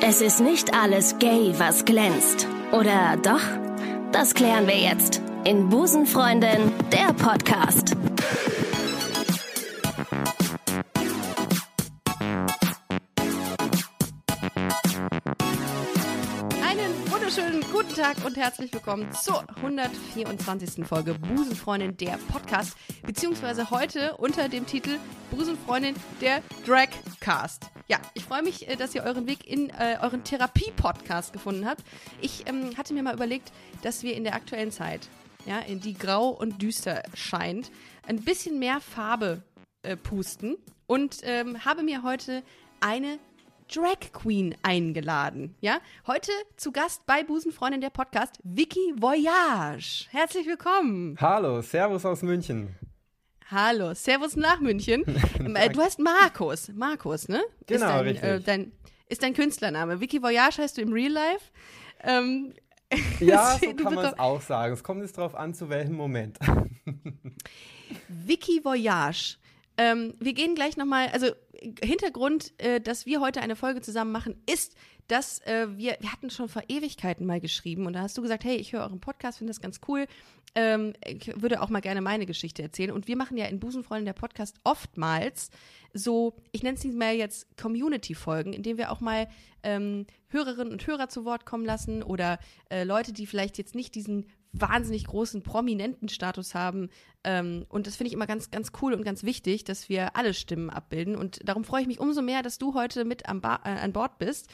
Es ist nicht alles gay, was glänzt. Oder doch? Das klären wir jetzt in Busenfreundin, der Podcast. Einen wunderschönen guten Tag und herzlich willkommen zur 124. Folge Busenfreundin, der Podcast. Beziehungsweise heute unter dem Titel Busenfreundin, der Dragcast. Ja, ich freue mich, dass ihr euren Weg in euren Therapie-Podcast gefunden habt. Ich hatte mir mal überlegt, dass wir in der aktuellen Zeit, ja, in die grau und düster scheint, ein bisschen mehr Farbe pusten und habe mir heute eine Drag Queen eingeladen. Ja, heute zu Gast bei Busenfreundin der Podcast, Vicky Voyage. Herzlich willkommen. Hallo, Servus aus München. Hallo, Servus nach München. Du heißt Markus, ne? Genau, richtig. Ist dein Künstlername. Vicky Voyage heißt du im Real Life. Ja, so kann man es auch sagen. Es kommt jetzt darauf an, zu welchem Moment. Vicky Voyage. Wir gehen gleich nochmal, also Hintergrund, dass wir heute eine Folge zusammen machen, ist, dass wir hatten schon vor Ewigkeiten mal geschrieben und da hast du gesagt, hey, ich höre euren Podcast, finde das ganz cool, ich würde auch mal gerne meine Geschichte erzählen und wir machen ja in Busenfreundin der Podcast oftmals so, ich nenne es mal jetzt Community-Folgen, in denen wir auch mal Hörerinnen und Hörer zu Wort kommen lassen oder Leute, die vielleicht jetzt nicht diesen wahnsinnig großen, prominenten Status haben. Und das finde ich immer ganz, ganz cool und ganz wichtig, dass wir alle Stimmen abbilden. Und darum freue ich mich umso mehr, dass du heute mit an Bord bist.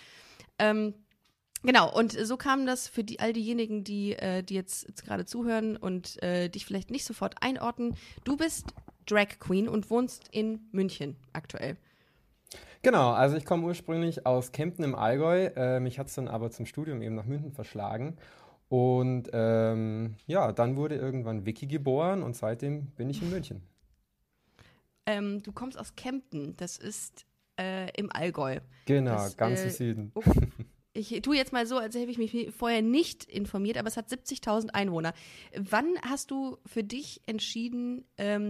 Genau, und so kam das für all diejenigen, die jetzt gerade zuhören und dich vielleicht nicht sofort einordnen. Du bist Drag Queen und wohnst in München aktuell. Genau, also ich komme ursprünglich aus Kempten im Allgäu. Mich hat es dann aber zum Studium eben nach München verschlagen. Und ja, dann wurde irgendwann Vicky geboren und seitdem bin ich in München. Du kommst aus Kempten, das ist im Allgäu. Genau, ganz im Süden. Oh, ich tue jetzt mal so, als hätte ich mich vorher nicht informiert, aber es hat 70.000 Einwohner. Wann hast du für dich entschieden,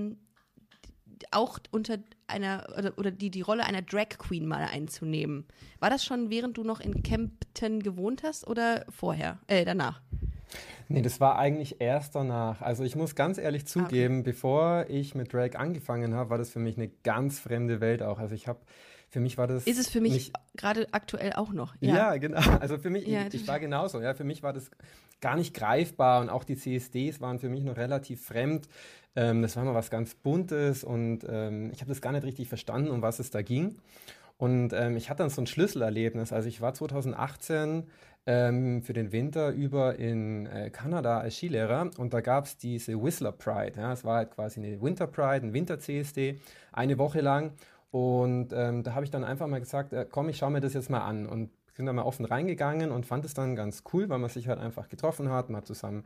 auch unter einer oder die Rolle einer Drag Queen mal einzunehmen? War das schon, während du noch in Kempten gewohnt hast oder danach? Nee, das war eigentlich erst danach. Also ich muss ganz ehrlich zugeben, bevor ich mit Drag angefangen habe, war das für mich eine ganz fremde Welt auch. Also für mich war das... Ist es für mich gerade aktuell auch noch? Ja, genau. Also für mich, ich war genauso. Ja, für mich war das gar nicht greifbar und auch die CSDs waren für mich noch relativ fremd. Das war mal was ganz Buntes und ich habe das gar nicht richtig verstanden, um was es da ging. Und ich hatte dann so ein Schlüsselerlebnis. Also ich war 2018 für den Winter über in Kanada als Skilehrer und da gab es diese Whistler Pride. Ja, es war halt quasi eine Winter Pride, ein Winter-CSD, eine Woche lang. Und da habe ich dann einfach mal gesagt, komm, ich schaue mir das jetzt mal an. Und sind da mal offen reingegangen und fand es dann ganz cool, weil man sich halt einfach getroffen hat. Man hat zusammen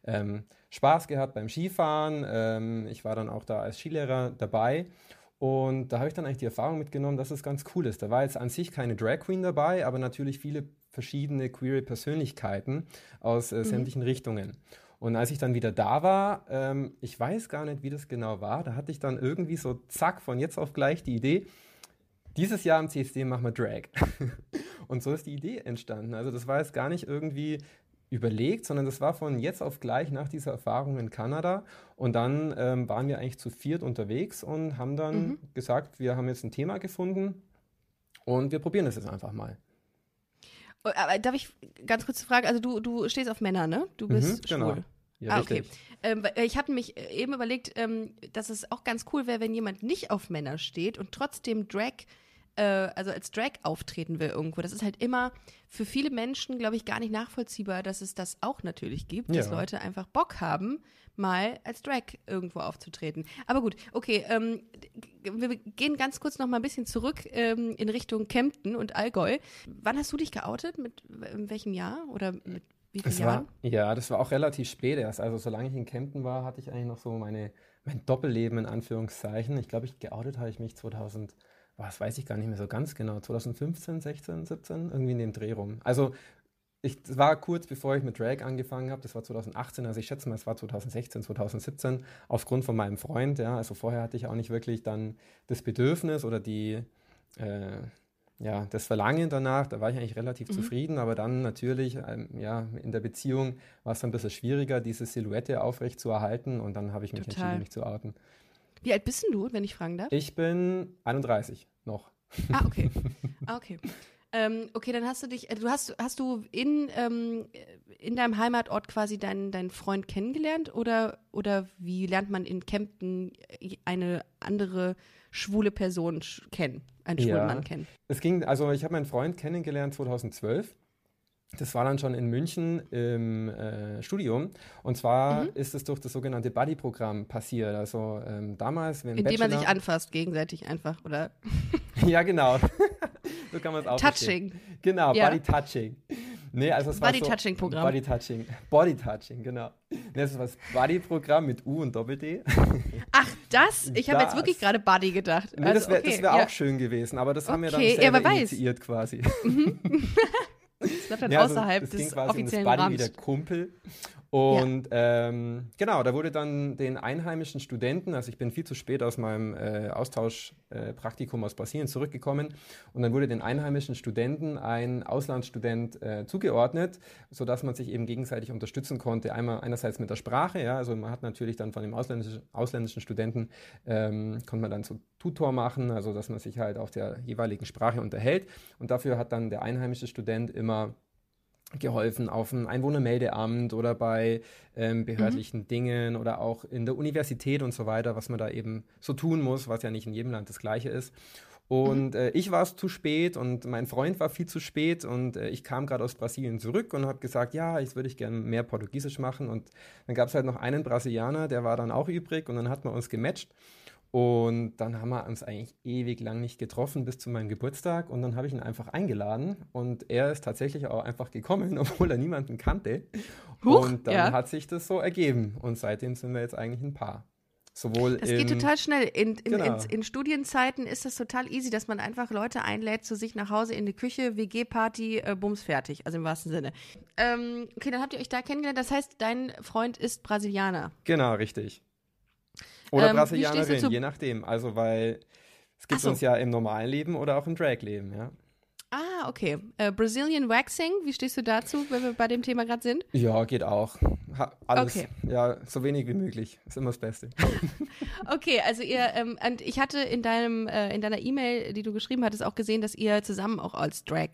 Spaß gehabt beim Skifahren. Ich war dann auch da als Skilehrer dabei. Und da habe ich dann eigentlich die Erfahrung mitgenommen, dass es ganz cool ist. Da war jetzt an sich keine Drag Queen dabei, aber natürlich viele verschiedene queere Persönlichkeiten aus sämtlichen Richtungen. Und als ich dann wieder da war, ich weiß gar nicht, wie das genau war, da hatte ich dann irgendwie so zack, von jetzt auf gleich die Idee, dieses Jahr im CSD machen wir Drag. Und so ist die Idee entstanden. Also das war jetzt gar nicht irgendwie überlegt, sondern das war von jetzt auf gleich nach dieser Erfahrung in Kanada. Und dann waren wir eigentlich zu viert unterwegs und haben dann gesagt, wir haben jetzt ein Thema gefunden und wir probieren das jetzt einfach mal. Aber darf ich ganz kurz fragen, also du stehst auf Männer, ne? Du bist schwul. Genau. Ja, okay. Ich habe mich eben überlegt, dass es auch ganz cool wäre, wenn jemand nicht auf Männer steht und trotzdem also als Drag auftreten will irgendwo. Das ist halt immer für viele Menschen, glaube ich, gar nicht nachvollziehbar, dass es das auch natürlich gibt, dass Leute einfach Bock haben, mal als Drag irgendwo aufzutreten. Aber gut, okay, wir gehen ganz kurz noch mal ein bisschen zurück in Richtung Kempten und Allgäu. Wann hast du dich geoutet? In welchem Jahr oder mit wie vielen Jahren? Das war auch relativ spät erst. Also solange ich in Kempten war, hatte ich eigentlich noch so mein Doppelleben in Anführungszeichen. Ich glaube, geoutet habe ich mich 2000, das weiß ich gar nicht mehr so ganz genau, 2015, 16, 17, irgendwie in dem Dreh rum. Also das war kurz bevor ich mit Drag angefangen habe, das war 2018, also ich schätze mal, es war 2016, 2017, aufgrund von meinem Freund, ja, also vorher hatte ich auch nicht wirklich dann das Bedürfnis oder das Verlangen danach, da war ich eigentlich relativ zufrieden, aber dann natürlich, in der Beziehung war es dann ein bisschen schwieriger, diese Silhouette aufrecht zu erhalten und dann habe ich mich entschieden, mich zu outen. Wie alt bist denn du, wenn ich fragen darf? Ich bin 31 noch. Ah, okay. Okay, dann hast du in deinem Heimatort quasi deinen Freund kennengelernt oder wie lernt man in Kempten eine andere schwule Person kennen, einen schwulen Mann kennen? Ich habe meinen Freund kennengelernt 2012. Das war dann schon in München im Studium. Und zwar ist es durch das sogenannte Buddy-Programm passiert. Also damals, indem man sich anfasst gegenseitig einfach, oder? Ja, genau. So kann man es auch Touching. Verstehen. Genau, ja. Body-Touching. Nee, also es war Body-Touching-Programm. Body-Touching, genau. Nee, das war das Buddy-Programm mit U und Doppel-D. Ach, das? Ich habe jetzt wirklich gerade Buddy gedacht. Nee, das wäre auch schön gewesen, aber das haben wir dann selber initiiert quasi. Das läuft dann außerhalb des offiziellen Rahmens. Wieder Kumpel. Und genau, da wurde dann den einheimischen Studenten, also ich bin viel zu spät aus meinem Austauschpraktikum aus Brasilien zurückgekommen, und dann wurde den einheimischen Studenten ein Auslandsstudent zugeordnet, sodass man sich eben gegenseitig unterstützen konnte. Einerseits mit der Sprache, also man hat natürlich dann von dem ausländischen Studenten, konnte man dann so Tutor machen, also dass man sich halt auf der jeweiligen Sprache unterhält, und dafür hat dann der einheimische Student immer geholfen auf dem Einwohnermeldeamt oder bei behördlichen Dingen oder auch in der Universität und so weiter, was man da eben so tun muss, was ja nicht in jedem Land das Gleiche ist. Und ich war zu spät und mein Freund war viel zu spät und ich kam gerade aus Brasilien zurück und habe gesagt, ja, jetzt würde ich gerne mehr Portugiesisch machen, und dann gab es halt noch einen Brasilianer, der war dann auch übrig, und dann hat man uns gematcht. Und dann haben wir uns eigentlich ewig lang nicht getroffen bis zu meinem Geburtstag, und dann habe ich ihn einfach eingeladen und er ist tatsächlich auch einfach gekommen, obwohl er niemanden kannte. Und dann hat sich das so ergeben, und seitdem sind wir jetzt eigentlich ein Paar. Das geht total schnell. In Studienzeiten ist das total easy, dass man einfach Leute einlädt zu sich nach Hause in die Küche, WG-Party, bums, fertig. Also im wahrsten Sinne. Okay, dann habt ihr euch da kennengelernt. Das heißt, dein Freund ist Brasilianer. Genau, richtig. Oder Brasilianerin, je nachdem. Also, weil es gibt uns ja im normalen Leben oder auch im Drag-Leben, ja. Ah, okay. Brazilian Waxing, wie stehst du dazu, wenn wir bei dem Thema gerade sind? Ja, geht auch. Alles, ja, so wenig wie möglich. Ist immer das Beste. Okay, also und ich hatte in deiner E-Mail, die du geschrieben hattest, auch gesehen, dass ihr zusammen auch als Drag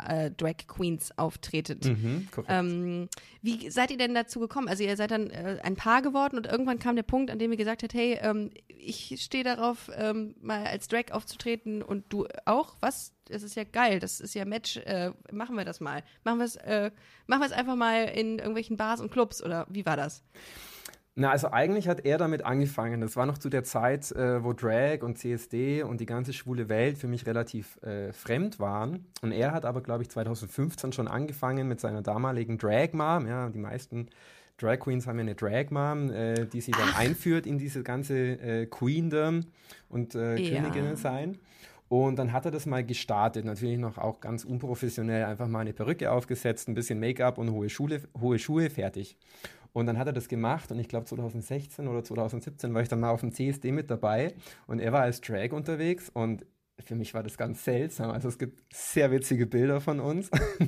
Queens auftretet. Korrekt. Wie seid ihr denn dazu gekommen? Also ihr seid dann ein Paar geworden, und irgendwann kam der Punkt, an dem ihr gesagt habt, hey, ich stehe darauf, mal als Drag aufzutreten, und du auch? Was? Das ist ja geil, das ist ja Match, machen wir das mal. Machen wir es einfach mal in irgendwelchen Bars und Clubs, oder wie war das? Na, also eigentlich hat er damit angefangen. Das war noch zu der Zeit, wo Drag und CSD und die ganze schwule Welt für mich relativ fremd waren. Und er hat aber, glaube ich, 2015 schon angefangen mit seiner damaligen Drag-Mom. Ja, die meisten Drag Queens haben ja eine Drag-Mom, die sie dann einführt in diese ganze Queendom und Königinnen sein. Und dann hat er das mal gestartet, natürlich noch auch ganz unprofessionell, einfach mal eine Perücke aufgesetzt, ein bisschen Make-up und hohe Schuhe, fertig. Und dann hat er das gemacht, und ich glaube 2016 oder 2017 war ich dann mal auf dem CSD mit dabei, und er war als Drag unterwegs, und für mich war das ganz seltsam. Also es gibt sehr witzige Bilder von uns,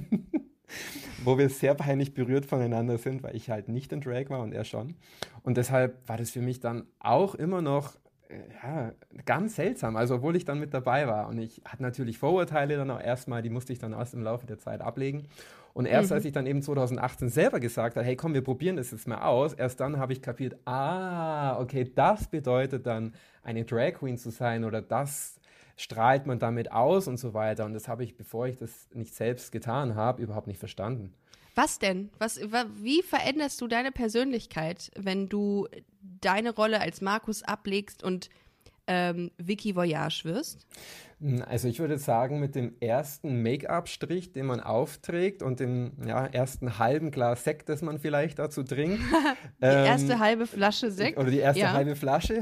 wo wir sehr peinlich berührt voneinander sind, weil ich halt nicht in Drag war und er schon. Und deshalb war das für mich dann auch immer noch ganz seltsam, also obwohl ich dann mit dabei war, und ich hatte natürlich Vorurteile dann auch erstmal, die musste ich dann erst im Laufe der Zeit ablegen, und erst als ich dann eben 2018 selber gesagt habe, hey komm, wir probieren das jetzt mal aus, erst dann habe ich kapiert, okay, das bedeutet dann eine Drag Queen zu sein, oder das strahlt man damit aus und so weiter, und das habe ich, bevor ich das nicht selbst getan habe, überhaupt nicht verstanden. Was denn? Wie veränderst du deine Persönlichkeit, wenn du deine Rolle als Markus ablegst und Vicky Voyage wirst? Also ich würde sagen, mit dem ersten Make-up-Strich, den man aufträgt, und dem ersten halben Glas Sekt, das man vielleicht dazu trinkt. Die erste halbe Flasche Sekt? Oder die erste halbe Flasche.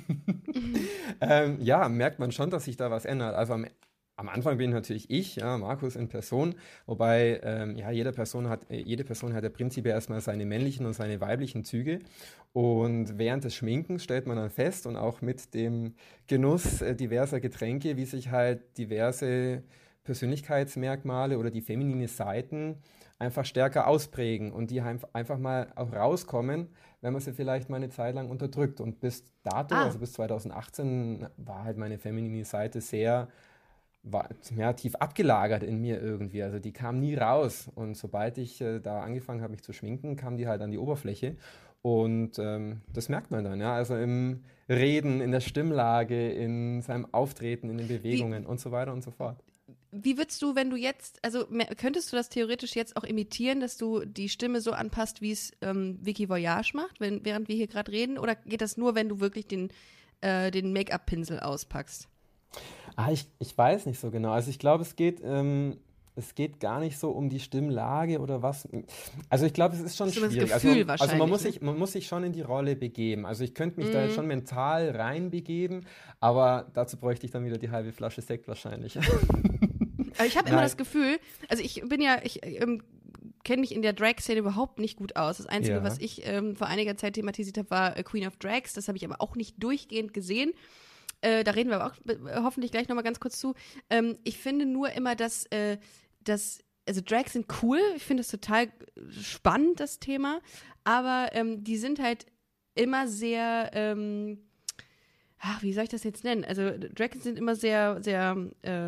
Merkt man schon, dass sich da was ändert. Also am Anfang bin natürlich ich, Markus in Person, wobei jede Person hat ja prinzipiell erstmal seine männlichen und seine weiblichen Züge, und während des Schminkens stellt man dann fest, und auch mit dem Genuss diverser Getränke, wie sich halt diverse Persönlichkeitsmerkmale oder die feminine Seiten einfach stärker ausprägen und die einfach mal auch rauskommen, wenn man sie vielleicht mal eine Zeit lang unterdrückt. Und bis dato, also bis 2018, war halt meine feminine Seite war tief abgelagert in mir irgendwie. Also die kam nie raus. Und sobald ich da angefangen habe, mich zu schminken, kam die halt an die Oberfläche. Und das merkt man dann, ja. Also im Reden, in der Stimmlage, in seinem Auftreten, in den Bewegungen und so weiter und so fort. Wie würdest du, wenn du jetzt, also könntest du das theoretisch jetzt auch imitieren, dass du die Stimme so anpasst, wie es Vicky Voyage macht, während wir hier gerade reden? Oder geht das nur, wenn du wirklich den Make-up-Pinsel auspackst? Ich weiß nicht so genau. Also ich glaube, es geht gar nicht so um die Stimmlage oder was. Also ich glaube, es ist schon schwierig. Das Gefühl also man muss sich schon in die Rolle begeben. Also ich könnte mich da jetzt schon mental reinbegeben, aber dazu bräuchte ich dann wieder die halbe Flasche Sekt wahrscheinlich. Ich habe immer das Gefühl, also ich kenne mich in der Drag-Szene überhaupt nicht gut aus. Das Einzige, was ich vor einiger Zeit thematisiert habe, war Queen of Drags. Das habe ich aber auch nicht durchgehend gesehen. Da reden wir aber auch hoffentlich gleich nochmal ganz kurz zu. Ich finde nur immer, dass Drags sind cool. Ich finde es total spannend, das Thema. Aber die sind halt immer sehr, wie soll ich das jetzt nennen? Also Drags sind immer sehr, sehr,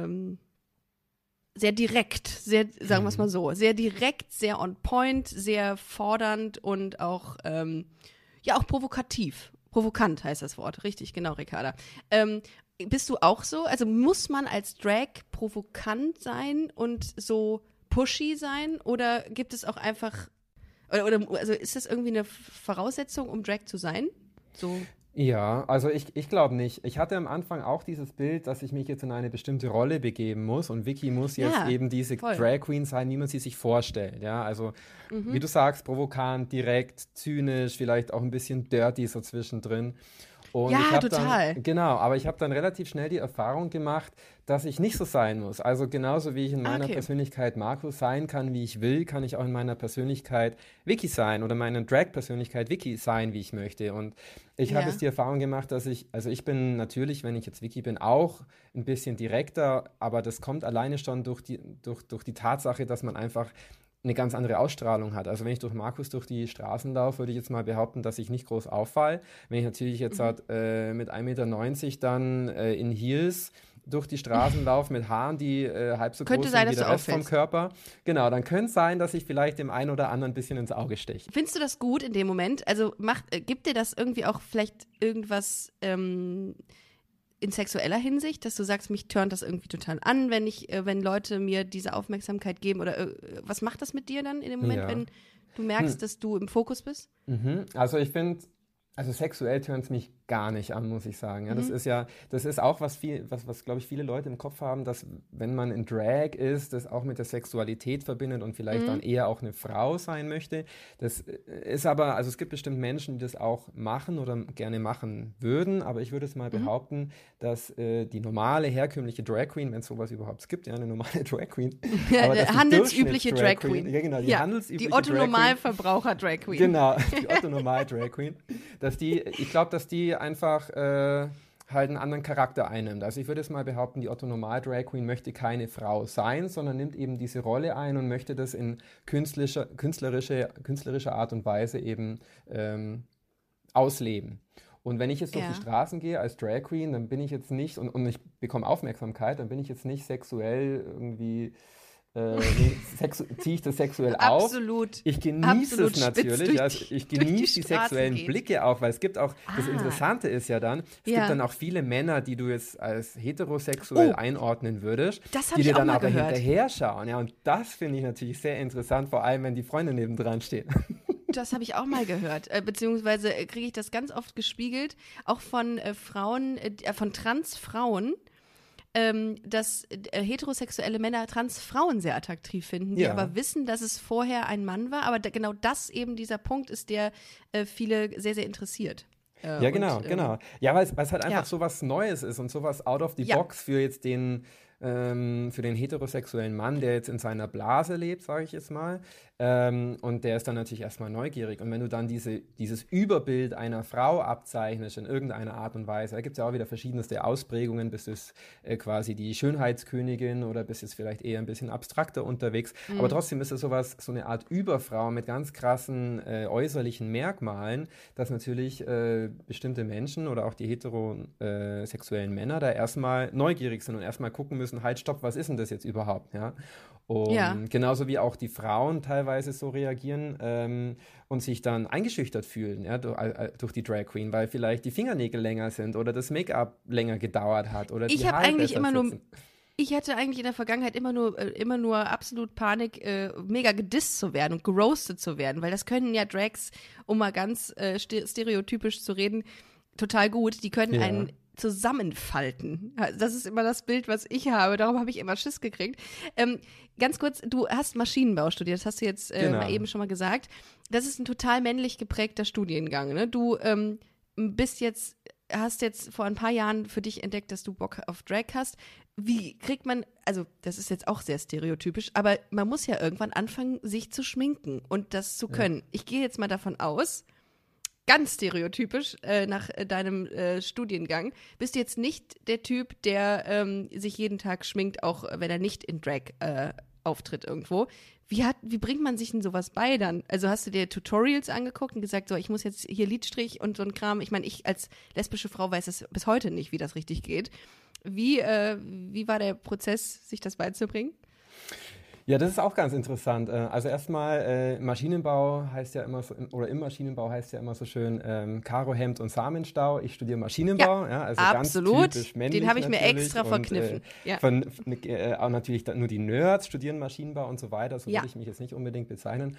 sehr direkt, sagen wir es mal so, sehr direkt, sehr on point, sehr fordernd und auch, auch provokativ. Provokant heißt das Wort, richtig, genau, Ricarda. Bist du auch so? Also muss man als Drag provokant sein und so pushy sein oder gibt es auch einfach, also ist das irgendwie eine Voraussetzung, um Drag zu sein? So. Ja, also ich glaube nicht. Ich hatte am Anfang auch dieses Bild, dass ich mich jetzt in eine bestimmte Rolle begeben muss und Vicky muss jetzt eben diese Drag Queen sein, wie man sie sich vorstellt. Ja, also wie du sagst, provokant, direkt, zynisch, vielleicht auch ein bisschen dirty so zwischendrin. Und ja, total. Aber ich habe dann relativ schnell die Erfahrung gemacht, dass ich nicht so sein muss. Also genauso wie ich in meiner Persönlichkeit Marco sein kann, wie ich will, kann ich auch in meiner Persönlichkeit Vicky sein oder meiner Drag-Persönlichkeit Vicky sein, wie ich möchte. Und ich habe jetzt die Erfahrung gemacht, dass ich bin natürlich, wenn ich jetzt Vicky bin, auch ein bisschen direkter, aber das kommt alleine schon durch die Tatsache, dass man einfach eine ganz andere Ausstrahlung hat. Also wenn ich durch die Straßen laufe, würde ich jetzt mal behaupten, dass ich nicht groß auffalle. Wenn ich natürlich jetzt mit 1,90 Meter dann in Heels durch die Straßen laufe, mit Haaren, die halb so groß sind wie der Rest vom Körper. Genau, dann könnte es sein, dass ich vielleicht dem einen oder anderen ein bisschen ins Auge steche. Findest du das gut in dem Moment? Also gibt dir das irgendwie auch vielleicht irgendwas in sexueller Hinsicht, dass du sagst, mich turnt das irgendwie total an, wenn Leute mir diese Aufmerksamkeit geben oder was macht das mit dir dann in dem Moment, wenn du merkst, dass du im Fokus bist? Also ich finde, sexuell turnt es mich gar nicht an, muss ich sagen. Ja, das ist auch was glaube ich, viele Leute im Kopf haben, dass wenn man in Drag ist, das auch mit der Sexualität verbindet und vielleicht dann eher auch eine Frau sein möchte. Das ist aber, also es gibt bestimmt Menschen, die das auch machen oder gerne machen würden, aber ich würde es mal behaupten, dass die normale, herkömmliche Drag Queen, wenn es sowas überhaupt gibt, ja, eine normale Drag Queen. Aber die handelsübliche Drag Queen. Ja, genau, die handelsübliche die Otto-Normalverbraucher Drag Queen. Genau, die Otto-Normal Drag Queen. Ich glaube, dass die einfach halt einen anderen Charakter einnimmt. Also ich würde jetzt mal behaupten, die Otto-Normal-Drag Queen möchte keine Frau sein, sondern nimmt eben diese Rolle ein und möchte das in künstlerischer Art und Weise eben ausleben. Und wenn ich jetzt durch die Straßen gehe als Drag Queen, dann bin ich jetzt nicht, und ich bekomme Aufmerksamkeit, dann bin ich jetzt nicht sexuell irgendwie ziehe ich das sexuell auf. Absolut. Ich genieße es natürlich. Also ich genieße die sexuellen Blicke auch, weil es gibt auch, das Interessante ist ja dann, es gibt dann auch viele Männer, die du jetzt als heterosexuell einordnen würdest, die dir dann aber hinterher schauen. Ja, und das finde ich natürlich sehr interessant, vor allem, wenn die Freunde nebendran stehen. Das habe ich auch mal gehört, beziehungsweise kriege ich das ganz oft gespiegelt, auch von Frauen, von Transfrauen, dass heterosexuelle Männer Transfrauen sehr attraktiv finden, die aber wissen, dass es vorher ein Mann war, aber genau das eben dieser Punkt ist, der viele sehr, sehr interessiert. Ja, genau. Ja, weil es halt einfach so was Neues ist und so was out of the box für jetzt den für den heterosexuellen Mann, der jetzt in seiner Blase lebt, sage ich jetzt mal. Und der ist dann natürlich erstmal neugierig. Und wenn du dann dieses Überbild einer Frau abzeichnest in irgendeiner Art und Weise, da gibt es ja auch wieder verschiedenste Ausprägungen, bist du quasi die Schönheitskönigin oder bist jetzt vielleicht eher ein bisschen abstrakter unterwegs. Aber trotzdem ist es so eine Art Überfrau mit ganz krassen äußerlichen Merkmalen, dass natürlich bestimmte Menschen oder auch die heterosexuellen Männer da erstmal neugierig sind und erstmal gucken müssen, halt, stopp, was ist denn das jetzt überhaupt? Ja? Und genauso wie auch die Frauen teilweise so reagieren und sich dann eingeschüchtert fühlen, ja, durch die Drag Queen, weil vielleicht die Fingernägel länger sind oder das Make-up länger gedauert hat oder die Haare besser sitzen. Ich hatte eigentlich in der Vergangenheit immer nur absolut Panik, mega gedisst zu werden und geroastet zu werden, weil das können ja Drags, um mal ganz stereotypisch zu reden, total gut. Die können einen zusammenfalten. Das ist immer das Bild, was ich habe. Darum habe ich immer Schiss gekriegt. Ganz kurz, du hast Maschinenbau studiert, das hast du jetzt mal eben schon mal gesagt. Das ist ein total männlich geprägter Studiengang. Ne? Du hast jetzt vor ein paar Jahren für dich entdeckt, dass du Bock auf Drag hast. Wie kriegt man, also das ist jetzt auch sehr stereotypisch, aber man muss ja irgendwann anfangen, sich zu schminken und das zu können. Ich gehe jetzt mal davon aus, ganz stereotypisch nach deinem Studiengang, bist du jetzt nicht der Typ, der sich jeden Tag schminkt, auch wenn er nicht in Drag auftritt irgendwo. Wie bringt man sich denn sowas bei dann? Also hast du dir Tutorials angeguckt und gesagt, so, ich muss jetzt hier Lidstrich und so ein Kram. Ich meine, ich als lesbische Frau weiß es bis heute nicht, wie das richtig geht. Wie war der Prozess, sich das beizubringen? Ja, das ist auch ganz interessant. Also erstmal, Maschinenbau heißt ja immer so, oder im Maschinenbau heißt ja immer so schön Karohemd und Samenstau. Ich studiere Maschinenbau, also absolut. Ganz typisch männlich. Den habe ich mir extra verkniffen. Auch natürlich nur die Nerds studieren Maschinenbau und so weiter, so würde ich mich jetzt nicht unbedingt bezeichnen.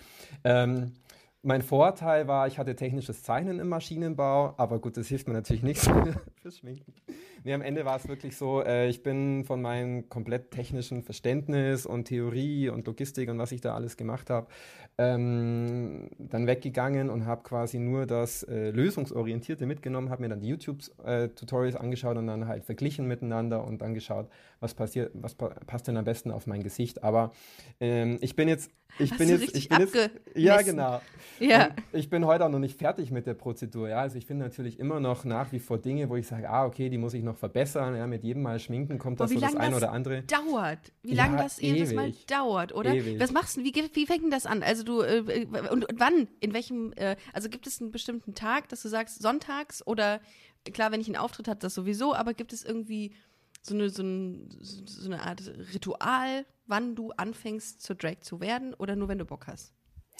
Mein Vorteil war, ich hatte technisches Zeichnen im Maschinenbau, aber gut, das hilft mir natürlich nichts fürs Schminken. Nee, am Ende war es wirklich so, ich bin von meinem komplett technischen Verständnis und Theorie und Logistik und was ich da alles gemacht habe, dann weggegangen und habe quasi nur das Lösungsorientierte mitgenommen, habe mir dann die YouTube-Tutorials angeschaut und dann halt verglichen miteinander und dann geschaut, was passt denn am besten auf mein Gesicht. Aber ich bin jetzt ja, genau. Ja. Und ich bin heute auch noch nicht fertig mit der Prozedur. Ja? Also ich finde natürlich immer noch nach wie vor Dinge, wo ich sage, okay, die muss ich noch verbessern. Ja? Mit jedem Mal schminken kommt das so das ein oder andere. Wie lange das jedes Mal dauert, oder? Ewig. Was machst du? Wie fängt denn das an? Also und wann? In welchem, also gibt es einen bestimmten Tag, dass du sagst, sonntags oder, klar, wenn ich einen Auftritt habe, das sowieso, aber gibt es irgendwie so eine Art Ritual, wann du anfängst, zur Drag zu werden oder nur, wenn du Bock hast?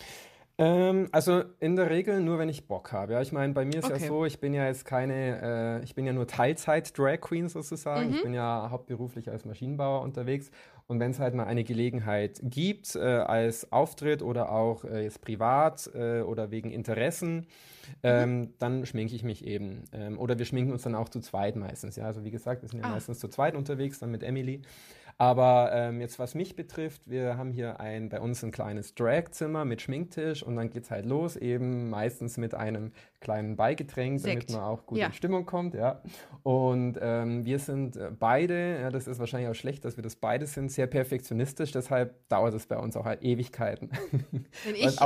Also in der Regel nur, wenn ich Bock habe. Ja, ich meine, bei mir ist ja so, ich bin ja jetzt ich bin ja nur Teilzeit-Drag-Queen sozusagen. Ich bin ja hauptberuflich als Maschinenbauer unterwegs. Und wenn es halt mal eine Gelegenheit gibt, als Auftritt oder auch jetzt privat oder wegen Interessen, dann schminke ich mich eben. Oder wir schminken uns dann auch zu zweit meistens. Ja, also wie gesagt, wir sind ja meistens zu zweit unterwegs, dann mit Emily. Aber jetzt, was mich betrifft, wir haben hier bei uns ein kleines Drag-Zimmer mit Schminktisch und dann geht's halt los, eben meistens mit einem kleinen Beigetränk, damit man auch gut in Stimmung kommt. Ja. Und wir sind beide, ja, das ist wahrscheinlich auch schlecht, dass wir das beide sind, sehr perfektionistisch, deshalb dauert es bei uns auch halt Ewigkeiten. Wenn ich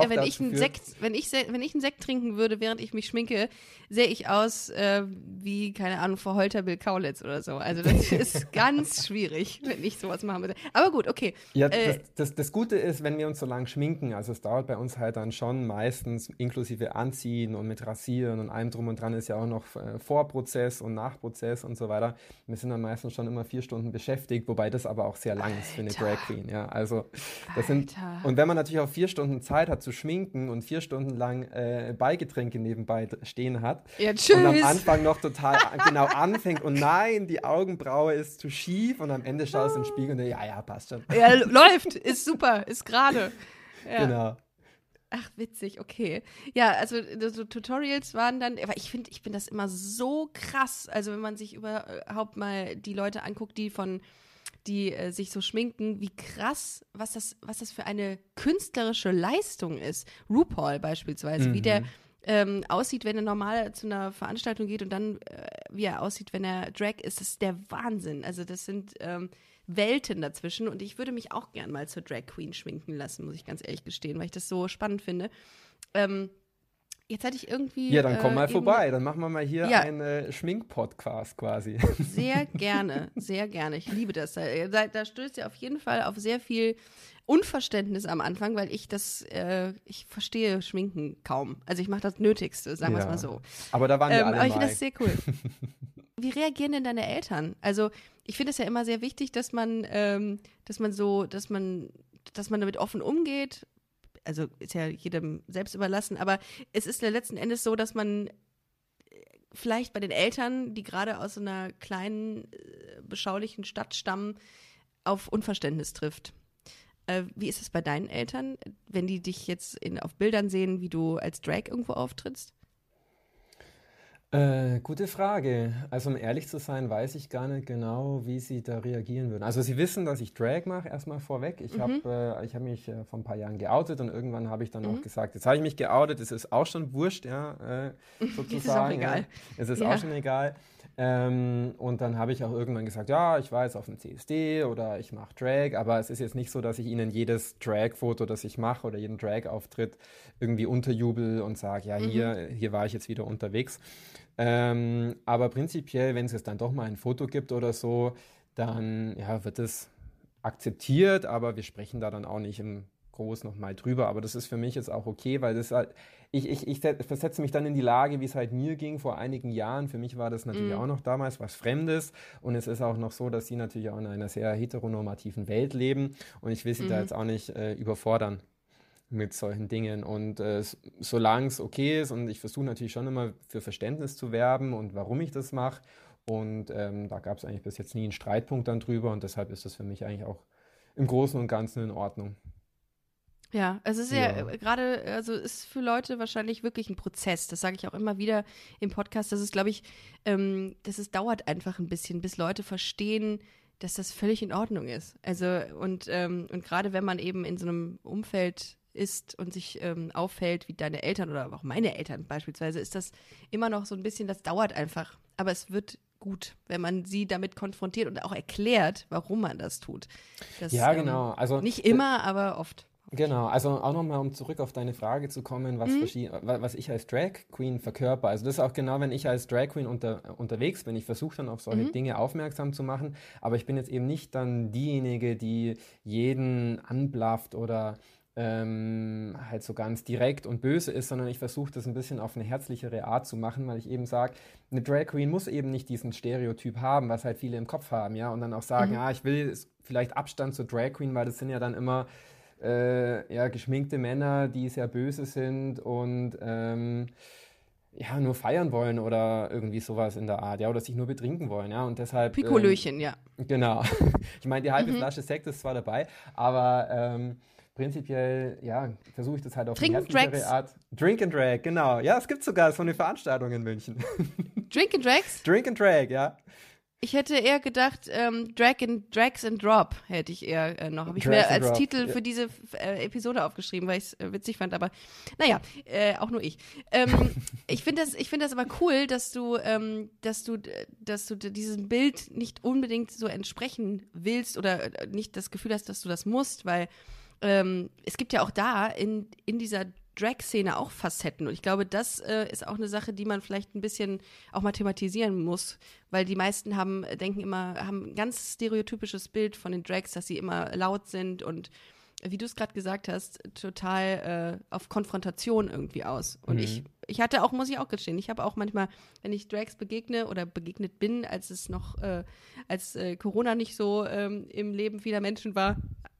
einen Sekt trinken würde, während ich mich schminke, sehe ich aus wie, keine Ahnung, Frau Holter Bill Kaulitz oder so. Also das ist ganz schwierig, wenn ich sowas machen würde. Aber gut, okay. Ja, das Gute ist, wenn wir uns so lang schminken, also es dauert bei uns halt dann schon meistens inklusive Anziehen und mit Rasieren und allem drum und dran ist ja auch noch Vorprozess und Nachprozess und so weiter. Wir sind dann meistens schon immer 4 Stunden beschäftigt, wobei das aber auch sehr lang ist für eine Drag Queen. Ja, also und wenn man natürlich auch 4 Stunden Zeit hat zu schminken und 4 Stunden lang Beigetränke nebenbei stehen hat und am Anfang noch total genau anfängt und nein, die Augenbraue ist zu schief und am Ende schaust du in den Spiegel und ja, passt schon. Ja, läuft, ist super, ist gerade. Ja. Genau. Ach, witzig, okay. Ja, also so Tutorials waren dann, aber ich finde das immer so krass, also wenn man sich überhaupt mal die Leute anguckt, die sich so schminken, wie krass, was das für eine künstlerische Leistung ist. RuPaul beispielsweise, wie der aussieht, wenn er normal zu einer Veranstaltung geht und dann, wie er aussieht, wenn er Drag ist, das ist der Wahnsinn. Also das sind Welten dazwischen und ich würde mich auch gern mal zur Drag Queen schminken lassen, muss ich ganz ehrlich gestehen, weil ich das so spannend finde. Jetzt hatte ich irgendwie... Ja, dann komm mal vorbei, dann machen wir mal hier einen Schmink-Podcast quasi. Sehr gerne, sehr gerne. Ich liebe das. Da stößt ja auf jeden Fall auf sehr viel Unverständnis am Anfang, weil ich verstehe Schminken kaum. Also ich mache das Nötigste, sagen wir es mal so. Aber da waren wir alle aber ich finde das sehr cool. Wie reagieren denn deine Eltern? Also ich finde es ja immer sehr wichtig, dass man damit offen umgeht. Also ist ja jedem selbst überlassen, aber es ist ja letzten Endes so, dass man vielleicht bei den Eltern, die gerade aus so einer kleinen, beschaulichen Stadt stammen, auf Unverständnis trifft. Wie ist es bei deinen Eltern, wenn die dich jetzt auf Bildern sehen, wie du als Drag irgendwo auftrittst? Gute Frage. Also um ehrlich zu sein, weiß ich gar nicht genau, wie sie da reagieren würden. Also sie wissen, dass ich Drag mache, erstmal vorweg. Ich hab mich vor ein paar Jahren geoutet und irgendwann habe ich dann auch gesagt, jetzt habe ich mich geoutet, es ist auch schon wurscht, ja, sozusagen. Es ist auch egal. Ja. Es ist auch schon egal. Und dann habe ich auch irgendwann gesagt, ja, ich war jetzt auf dem CSD oder ich mache Drag, aber es ist jetzt nicht so, dass ich ihnen jedes Drag-Foto, das ich mache oder jeden Drag-Auftritt irgendwie unterjubel und sage, ja, hier war ich jetzt wieder unterwegs. Aber prinzipiell, wenn es jetzt dann doch mal ein Foto gibt oder so, dann wird es akzeptiert, aber wir sprechen da dann auch nicht im Groß nochmal drüber. Aber das ist für mich jetzt auch okay, weil das halt, ich versetze mich dann in die Lage, wie es halt mir ging vor einigen Jahren. Für mich war das natürlich auch noch damals was Fremdes und es ist auch noch so, dass sie natürlich auch in einer sehr heteronormativen Welt leben und ich will sie da jetzt auch nicht überfordern mit solchen Dingen und solange es okay ist und ich versuche natürlich schon immer für Verständnis zu werben und warum ich das mache und da gab es eigentlich bis jetzt nie einen Streitpunkt dann drüber und deshalb ist das für mich eigentlich auch im Großen und Ganzen in Ordnung. Ja, es ist ja gerade, also ist für Leute wahrscheinlich wirklich ein Prozess. Das sage ich auch immer wieder im Podcast. Das ist, glaube ich, dauert einfach ein bisschen, bis Leute verstehen, dass das völlig in Ordnung ist. Also und gerade wenn man eben in so einem Umfeld ist und sich auffällt, wie deine Eltern oder auch meine Eltern beispielsweise, ist das immer noch so ein bisschen, das dauert einfach. Aber es wird gut, wenn man sie damit konfrontiert und auch erklärt, warum man das tut. Das, genau. Also nicht immer, aber oft. Genau, also auch nochmal, um zurück auf deine Frage zu kommen, was ich als Drag Queen verkörper. Also das ist auch genau, wenn ich als Drag Queen unterwegs bin. Ich versuche dann auf solche Dinge aufmerksam zu machen, aber ich bin jetzt eben nicht dann diejenige, die jeden anblafft oder halt so ganz direkt und böse ist, sondern ich versuche das ein bisschen auf eine herzlichere Art zu machen, weil ich eben sage, eine Drag Queen muss eben nicht diesen Stereotyp haben, was halt viele im Kopf haben, ja, und dann auch sagen, ich will vielleicht Abstand zur Drag Queen, weil das sind ja dann immer geschminkte Männer, die sehr böse sind und nur feiern wollen oder irgendwie sowas in der Art, ja, oder sich nur betrinken wollen, ja, und deshalb... Pikolöchen, ja. Genau. Ich meine, die halbe Flasche Sekt ist zwar dabei, aber prinzipiell, versuche ich das halt auf eine herzlichere Art. Drink and Drag, genau. Ja, es gibt sogar so eine Veranstaltung in München. Drink and Drags? Drink and Drag, ja. Ich hätte eher gedacht, Drags and Drop hätte ich eher noch. Habe ich mir als Titel für diese Episode aufgeschrieben, weil ich es witzig fand, aber naja, auch nur ich. Ich finde das aber cool, dass du diesem Bild nicht unbedingt so entsprechen willst oder nicht das Gefühl hast, dass du das musst, weil es gibt ja auch da in dieser Drag-Szene auch Facetten. Und ich glaube, das ist auch eine Sache, die man vielleicht ein bisschen auch mal thematisieren muss, weil die meisten haben ein ganz stereotypisches Bild von den Drags, dass sie immer laut sind und wie du es gerade gesagt hast, total auf Konfrontation irgendwie aus. Und ich hatte auch, muss ich auch gestehen, ich habe auch manchmal, wenn ich Drags begegne oder begegnet bin, als Corona nicht so im Leben aller Menschen war,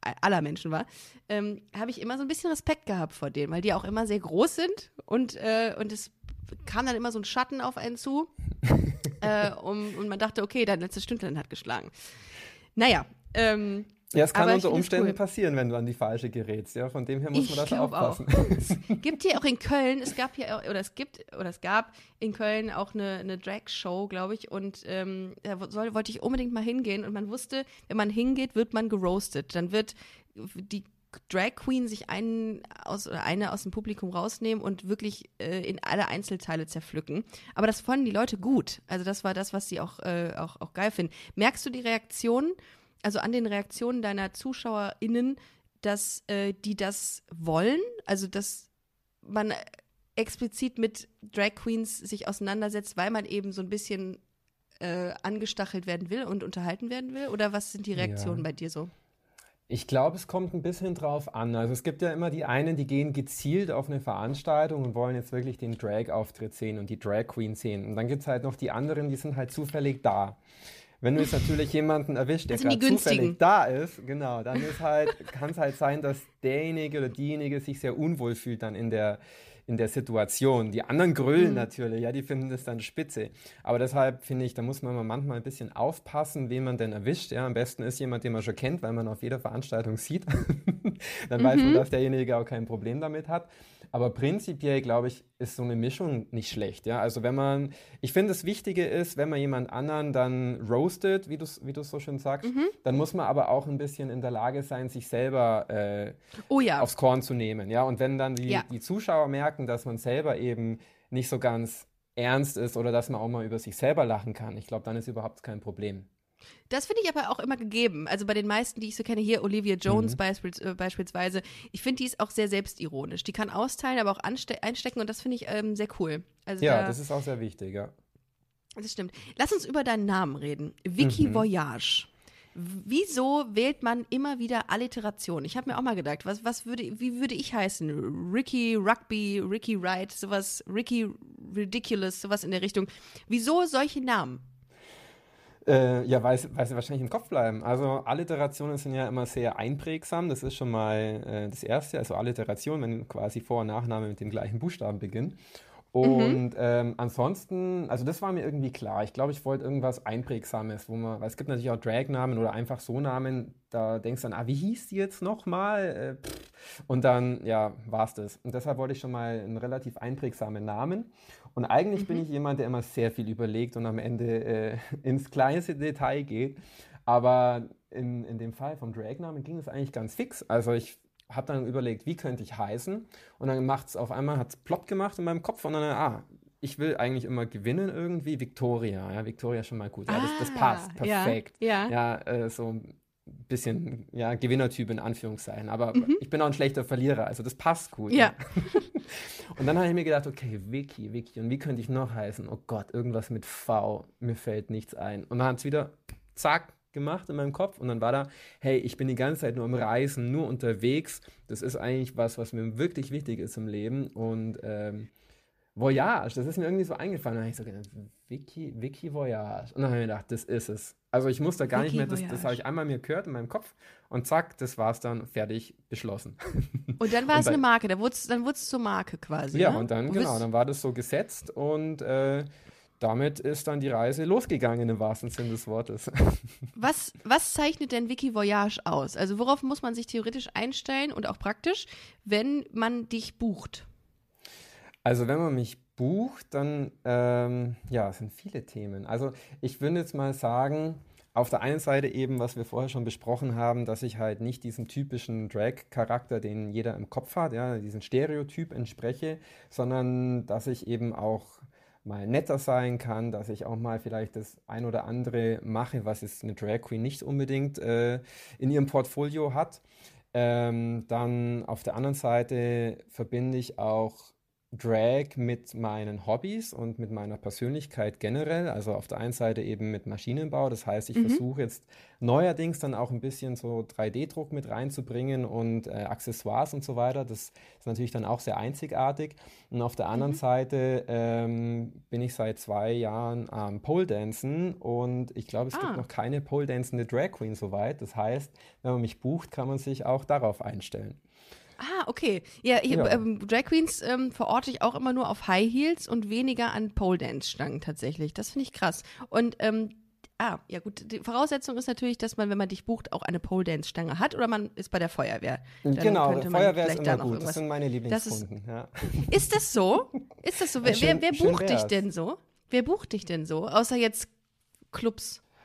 habe ich immer so ein bisschen Respekt gehabt vor denen, weil die auch immer sehr groß sind und es kam dann immer so ein Schatten auf einen zu und man dachte, okay, dein letztes Stündlein hat geschlagen. Naja, ja, es kann unter Umständen passieren, wenn du an die falsche gerätst. Ja, von dem her muss man das aufpassen. Es gibt hier auch in Köln, es gab in Köln auch eine Drag-Show, glaube ich, und da wollte ich unbedingt mal hingehen und man wusste, wenn man hingeht, wird man geroastet. Dann wird die Drag Queen sich eine aus dem Publikum rausnehmen und wirklich in alle Einzelteile zerpflücken. Aber das fanden die Leute gut. Also das war das, was sie auch geil finden. Merkst du die Reaktion also an den Reaktionen deiner ZuschauerInnen, dass die das wollen? Also, dass man explizit mit Drag Queens sich auseinandersetzt, weil man eben so ein bisschen angestachelt werden will und unterhalten werden will? Oder was sind die Reaktionen bei dir so? Ich glaube, es kommt ein bisschen drauf an. Also es gibt ja immer die einen, die gehen gezielt auf eine Veranstaltung und wollen jetzt wirklich den Drag-Auftritt sehen und die Drag Queen sehen. Und dann gibt es halt noch die anderen, die sind halt zufällig da. Wenn du jetzt natürlich jemanden erwischt, der gerade zufällig da ist, genau, dann kann es halt sein, dass derjenige oder diejenige sich sehr unwohl fühlt dann in der Situation. Die anderen grölen natürlich, ja, die finden das dann spitze. Aber deshalb finde ich, da muss man manchmal ein bisschen aufpassen, wen man denn erwischt. Ja, am besten ist jemand, den man schon kennt, weil man auf jeder Veranstaltung sieht. Dann weiß man, dass derjenige auch kein Problem damit hat. Aber prinzipiell, glaube ich, ist so eine Mischung nicht schlecht. Ja? Also ich finde, das Wichtige ist, wenn man jemand anderen dann roastet, wie du so schön sagst, dann muss man aber auch ein bisschen in der Lage sein, sich selber aufs Korn zu nehmen. Ja? Und wenn dann die Zuschauer merken, dass man selber eben nicht so ganz ernst ist oder dass man auch mal über sich selber lachen kann, ich glaube, dann ist überhaupt kein Problem. Das finde ich aber auch immer gegeben. Also bei den meisten, die ich so kenne, hier Olivia Jones beispielsweise, ich finde, die ist auch sehr selbstironisch. Die kann austeilen, aber auch einstecken und das finde ich sehr cool. Also das ist auch sehr wichtig, ja. Das stimmt. Lass uns über deinen Namen reden. Vicky Voyage. Wieso wählt man immer wieder Alliteration? Ich habe mir auch mal gedacht, wie würde ich heißen? Ricky Rugby, Ricky Wright, sowas, Ricky Ridiculous, sowas in der Richtung. Wieso solche Namen? Weil sie wahrscheinlich im Kopf bleiben. Also Alliterationen sind ja immer sehr einprägsam. Das ist schon mal das Erste. Also Alliteration, wenn quasi Vor- und Nachname mit dem gleichen Buchstaben beginnen. Und ansonsten, also das war mir irgendwie klar. Ich glaube, ich wollte irgendwas Einprägsames, weil es gibt natürlich auch Drag-Namen oder einfach so Namen, da denkst du dann, wie hieß die jetzt nochmal? Und dann, war es das. Und deshalb wollte ich schon mal einen relativ einprägsamen Namen. Und eigentlich bin ich jemand, der immer sehr viel überlegt und am Ende ins kleinste Detail geht. Aber in dem Fall vom Drag-Namen ging es eigentlich ganz fix. Also ich habe dann überlegt, wie könnte ich heißen? Und dann hat es plopp gemacht in meinem Kopf und dann, ich will eigentlich immer gewinnen irgendwie. Victoria, ja, Victoria ist schon mal gut. Ja, das passt, perfekt. Ja, so ein bisschen, Gewinnertyp in Anführungszeichen. Aber ich bin auch ein schlechter Verlierer, also das passt gut. Ja. Und dann habe ich mir gedacht, okay, Vicky, und wie könnte ich noch heißen? Oh Gott, irgendwas mit V, mir fällt nichts ein. Und dann hat es wieder, zack, gemacht in meinem Kopf und dann war da, hey, ich bin die ganze Zeit nur am Reisen, nur unterwegs. Das ist eigentlich was mir wirklich wichtig ist im Leben und Voyage, das ist mir irgendwie so eingefallen. Dann habe ich so gedacht, Vicky Voyage. Und dann habe ich mir gedacht, das ist es. Also ich muss da gar nicht mehr, das habe ich einmal mir gehört in meinem Kopf und zack, das war's dann, fertig, beschlossen. Und dann war es eine Marke, dann wurde es zur Marke quasi. Ja, ne? Und dann, dann war das so gesetzt und damit ist dann die Reise losgegangen im wahrsten Sinne des Wortes. Was zeichnet denn Vicky Voyage aus? Also worauf muss man sich theoretisch einstellen und auch praktisch, wenn man dich bucht? Also wenn man mich bucht, dann es sind viele Themen. Also ich würde jetzt mal sagen, auf der einen Seite eben, was wir vorher schon besprochen haben, dass ich halt nicht diesem typischen Drag-Charakter, den jeder im Kopf hat, ja, diesen Stereotyp entspreche, sondern dass ich eben auch mal netter sein kann, dass ich auch mal vielleicht das ein oder andere mache, was jetzt eine Drag Queen nicht unbedingt in ihrem Portfolio hat. Dann auf der anderen Seite verbinde ich auch Drag mit meinen Hobbys und mit meiner Persönlichkeit generell. Also auf der einen Seite eben mit Maschinenbau. Das heißt, ich versuche jetzt neuerdings dann auch ein bisschen so 3D-Druck mit reinzubringen und Accessoires und so weiter. Das ist natürlich dann auch sehr einzigartig. Und auf der anderen Seite bin ich seit 2 Jahren am Pole-Dancen und ich glaube, es gibt noch keine Pole-Dancende Drag Queen soweit. Das heißt, wenn man mich bucht, kann man sich auch darauf einstellen. Okay. Ja, Drag Queens verorte ich auch immer nur auf High Heels und weniger an Pole-Dance-Stangen tatsächlich. Das finde ich krass. Und gut, die Voraussetzung ist natürlich, dass man, wenn man dich bucht, auch eine Pole-Dance-Stange hat oder man ist bei der Feuerwehr. Dann genau, Feuerwehr ist immer gut. Das sind meine Lieblingskunden. Ist das so? Wer bucht dich denn so? Wer bucht dich denn so? Außer jetzt Clubs.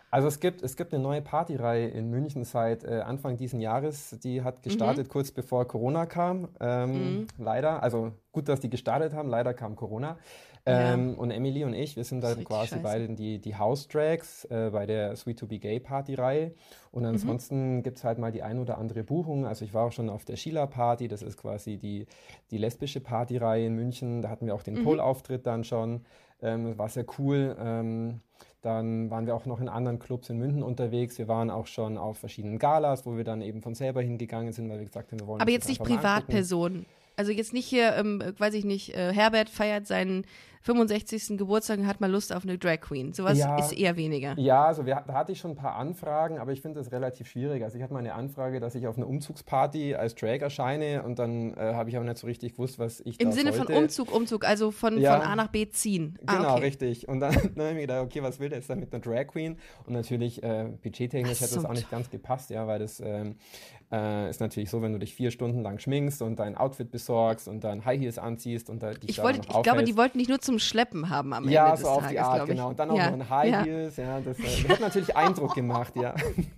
Also es gibt eine neue Partyreihe in München seit Anfang diesen Jahres. Die hat gestartet kurz bevor Corona kam. Leider, also gut, dass die gestartet haben, leider kam Corona. Und Emily und ich, wir sind dann quasi beide die House-Drags bei der Sweet to Be Gay Party-Reihe. Und ansonsten gibt es halt mal die ein oder andere Buchung. Also ich war auch schon auf der Sheila-Party, das ist quasi die lesbische Partyreihe in München. Da hatten wir auch den Pole-Auftritt dann schon. War sehr cool. Dann waren wir auch noch in anderen Clubs in München unterwegs. Wir waren auch schon auf verschiedenen Galas, wo wir dann eben von selber hingegangen sind, weil wir gesagt haben, wir wollen. Aber jetzt nicht Privatpersonen. Also jetzt nicht hier, weiß ich nicht, Herbert feiert seinen 65. Geburtstag und hat mal Lust auf eine Drag Queen. Sowas ist eher weniger. Ja, also da hatte ich schon ein paar Anfragen, aber ich finde das relativ schwierig. Also ich hatte mal eine Anfrage, dass ich auf einer Umzugsparty als Drag erscheine und dann habe ich aber nicht so richtig gewusst, was ich Im da Sinne sollte. von Umzug, also von A nach B ziehen. Genau, okay. Richtig. Und dann habe ich mir gedacht, okay, was will der jetzt dann mit einer Drag Queen? Und natürlich budgettechnisch hätte das auch nicht ganz gepasst, ja, weil das ist natürlich so, wenn du dich 4 Stunden lang schminkst und dein Outfit besorgst und dann High Heels anziehst und dich ich glaube, die wollten dich nur zum Schleppen haben am Ende des Tages. Ja, so auf die Art, genau. Und dann auch noch ein High Heels, das hat natürlich Eindruck gemacht, ja.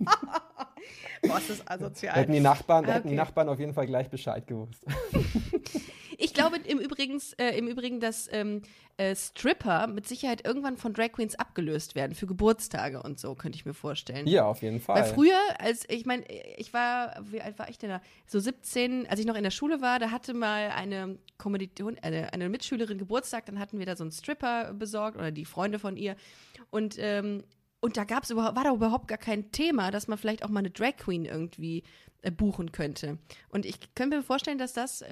Boah, ist das asozial. Hätten die Nachbarn auf jeden Fall gleich Bescheid gewusst. Ich glaube im Übrigen, dass Stripper mit Sicherheit irgendwann von Drag Queens abgelöst werden für Geburtstage und so, könnte ich mir vorstellen. Ja, auf jeden Fall. Weil früher, wie alt war ich denn da? So 17, als ich noch in der Schule war, da hatte mal eine eine Mitschülerin Geburtstag, dann hatten wir da so einen Stripper besorgt oder die Freunde von ihr und da war da überhaupt gar kein Thema, dass man vielleicht auch mal eine Drag Queen irgendwie buchen könnte. Und ich könnte mir vorstellen, dass das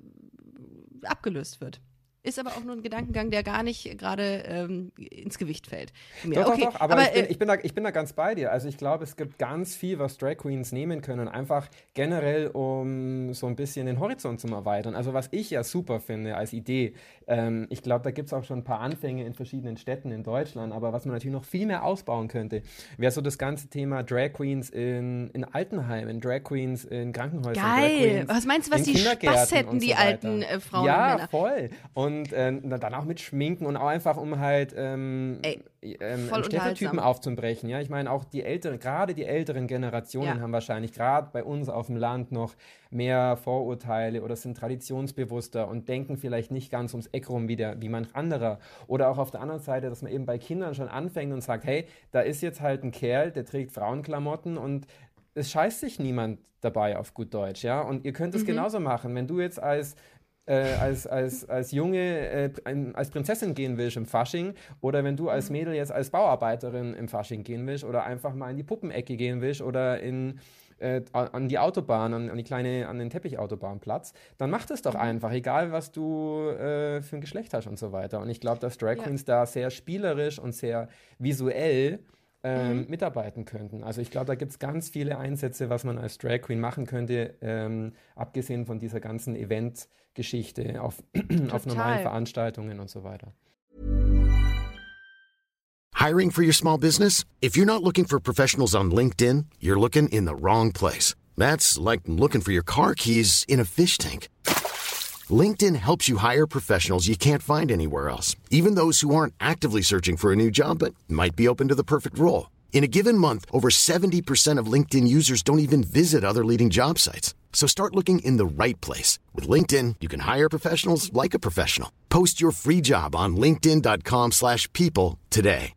abgelöst wird. Ist aber auch nur ein Gedankengang, der gar nicht gerade ins Gewicht fällt. Doch, aber ich bin da ganz bei dir. Also ich glaube, es gibt ganz viel, was Drag Queens nehmen können, einfach generell, um so ein bisschen den Horizont zu erweitern. Also was ich ja super finde als Idee, ich glaube, da gibt es auch schon ein paar Anfänge in verschiedenen Städten in Deutschland, aber was man natürlich noch viel mehr ausbauen könnte, wäre so das ganze Thema Drag Queens in Altenheimen, Drag Queens in Krankenhäusern. Geil! Was meinst du, was die Spaß hätten, die alten Frauen und Männer? Ja, voll. Und dann auch mit Schminken und auch einfach, um halt Stereotypen aufzubrechen. Ja? Ich meine, auch gerade die älteren Generationen haben wahrscheinlich gerade bei uns auf dem Land noch mehr Vorurteile oder sind traditionsbewusster und denken vielleicht nicht ganz ums Eck rum wie manch anderer. Oder auch auf der anderen Seite, dass man eben bei Kindern schon anfängt und sagt, hey, da ist jetzt halt ein Kerl, der trägt Frauenklamotten und es scheißt sich niemand dabei auf gut Deutsch. Ja? Und ihr könnt es genauso machen. Wenn du jetzt als Junge als Prinzessin gehen willst im Fasching oder wenn du als Mädel jetzt als Bauarbeiterin im Fasching gehen willst oder einfach mal in die Puppenecke gehen willst oder an die Autobahn, an den Teppichautobahnplatz, dann mach das doch einfach, egal was du für ein Geschlecht hast und so weiter. Und ich glaube, dass Drag Queens da sehr spielerisch und sehr visuell mitarbeiten könnten. Also ich glaube, da gibt es ganz viele Einsätze, was man als Drag Queen machen könnte, abgesehen von dieser ganzen Event-Geschichte auf normalen Veranstaltungen und so weiter. Hiring for your small business? If you're not looking for professionals on LinkedIn, you're looking in the wrong place. That's like looking for your car keys in a fish tank. LinkedIn helps you hire professionals you can't find anywhere else, even those who aren't actively searching for a new job but might be open to the perfect role. In a given month, over 70% of LinkedIn users don't even visit other leading job sites. So start looking in the right place. With LinkedIn, you can hire professionals like a professional. Post your free job on linkedin.com/people today.